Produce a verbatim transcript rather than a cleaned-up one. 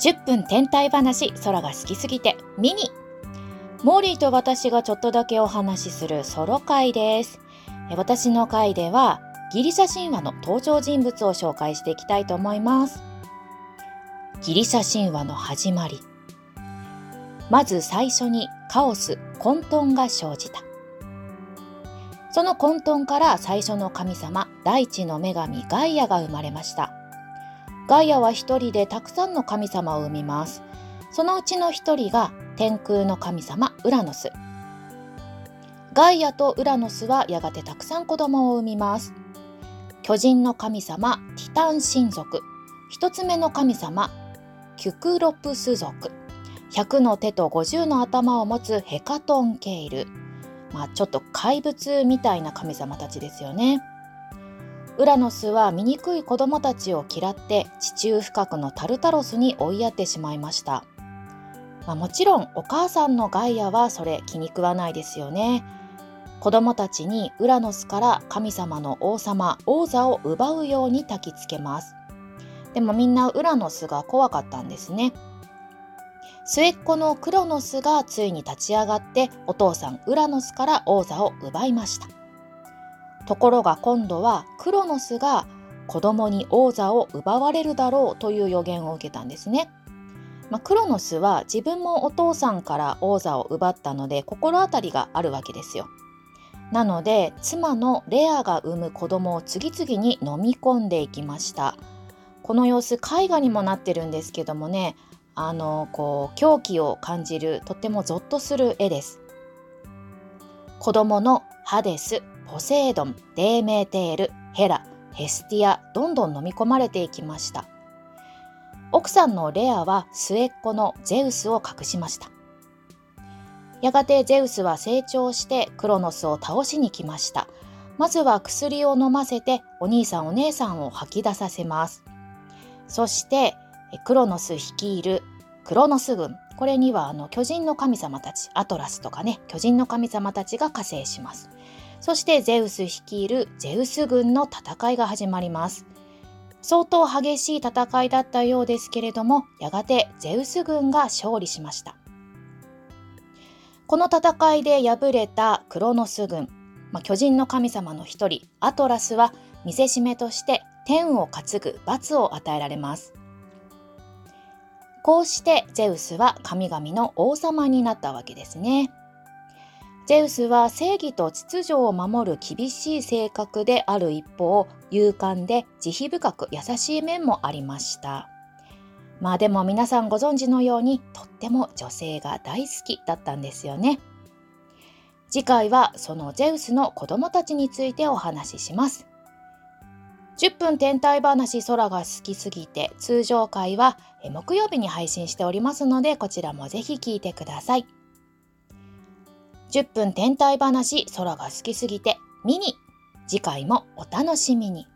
じゅっぷん天体話、空が好きすぎてミニ。モーリーと私がちょっとだけお話しするソロ回です。私の回ではギリシャ神話の登場人物を紹介していきたいと思います。ギリシャ神話の始まり。まず最初にカオス、混沌が生じた。その混沌から最初の神様、大地の女神ガイアが生まれました。ガイアは一人でたくさんの神様を生みます。そのうちの一人が天空の神様ウラノス。ガイアとウラノスはやがてたくさん子供を産みます。巨人の神様ティタン神族、一つ目の神様キュクロプス族、ひゃくの手とごじゅうの頭を持つヘカトンケイル、まあ、ちょっと怪物みたいな神様たちですよね。ウラノスは醜い子供たちを嫌って地中深くのタルタロスに追いやってしまいました。まあ、もちろんお母さんのガイアはそれ気に食わないですよね。子供たちにウラノスから神様の王様王座を奪うように焚きつけます。でもみんなウラノスが怖かったんですね。末っ子のクロノスがついに立ち上がってお父さんウラノスから王座を奪いました。ところが今度はクロノスが子供に王座を奪われるだろうという予言を受けたんですね。まあ、クロノスは自分もお父さんから王座を奪ったので心当たりがあるわけですよ。なので妻のレアが産む子供を次々に飲み込んでいきました。この様子絵画にもなってるんですけどもね、あのこう狂気を感じるとってもゾッとする絵です。子供のハデス、ポセイドン、デーメーテール、ヘラ、ヘスティア、どんどん飲み込まれていきました。奥さんのレアは末っ子のゼウスを隠しました。やがてゼウスは成長してクロノスを倒しに来ました。まずは薬を飲ませてお兄さんお姉さんを吐き出させます。そしてクロノス率いるクロノス軍、これにはあの巨人の神様たち、アトラスとかね、巨人の神様たちが加勢します。そしてゼウス率いるゼウス軍の戦いが始まります。相当激しい戦いだったようですけれども、やがてゼウス軍が勝利しました。この戦いで敗れたクロノス軍、まあ、巨人の神様の一人アトラスは見せしめとして天を担ぐ罰を与えられます。こうしてゼウスは神々の王様になったわけですね。ゼウスは正義と秩序を守る厳しい性格である一方、勇敢で慈悲深く優しい面もありました。まあでも皆さんご存知のようにとっても女性が大好きだったんですよね。次回はそのゼウスの子供たちについてお話しします。じゅっぷん天体話、空が好きすぎて通常回は木曜日に配信しておりますので、こちらもぜひ聞いてください。じゅっぷん天体話、空が好きすぎてミニ。次回もお楽しみに。